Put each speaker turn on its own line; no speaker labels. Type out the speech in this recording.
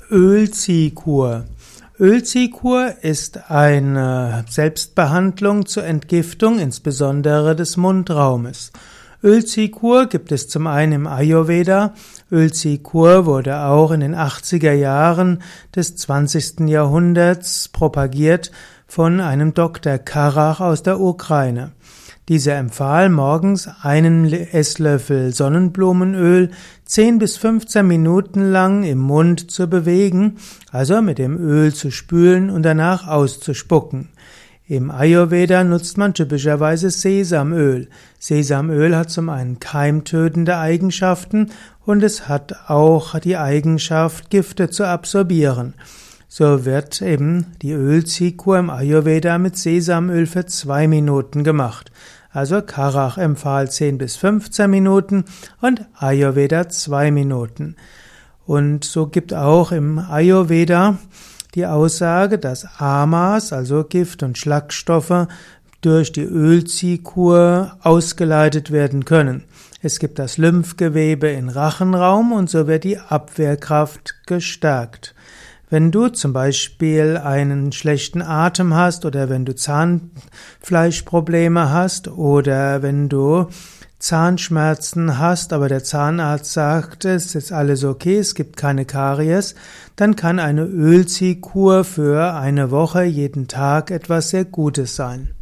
Ölziehkur. Ölziehkur ist eine Selbstbehandlung zur Entgiftung, insbesondere des Mundraumes. Ölziehkur gibt es zum einen im Ayurveda. Ölziehkur wurde auch in den 80er Jahren des 20. Jahrhunderts propagiert von einem Dr. Karach aus der Ukraine. Dieser empfahl morgens einen Esslöffel Sonnenblumenöl 10 bis 15 Minuten lang im Mund zu bewegen, also mit dem Öl zu spülen und danach auszuspucken. Im Ayurveda nutzt man typischerweise Sesamöl. Sesamöl hat zum einen keimtötende Eigenschaften und es hat auch die Eigenschaft, Gifte zu absorbieren. So wird eben die Ölziehkur im Ayurveda mit Sesamöl für 2 Minuten gemacht. Also Karach empfahl 10 bis 15 Minuten und Ayurveda 2 Minuten. Und so gibt auch im Ayurveda die Aussage, dass Amas, also Gift und Schlagstoffe, durch die Ölziehkur ausgeleitet werden können. Es gibt das Lymphgewebe im Rachenraum und so wird die Abwehrkraft gestärkt. Wenn du zum Beispiel einen schlechten Atem hast oder wenn du Zahnfleischprobleme hast oder wenn du Zahnschmerzen hast, aber der Zahnarzt sagt, es ist alles okay, es gibt keine Karies, dann kann eine Ölziehkur für eine Woche jeden Tag etwas sehr Gutes sein.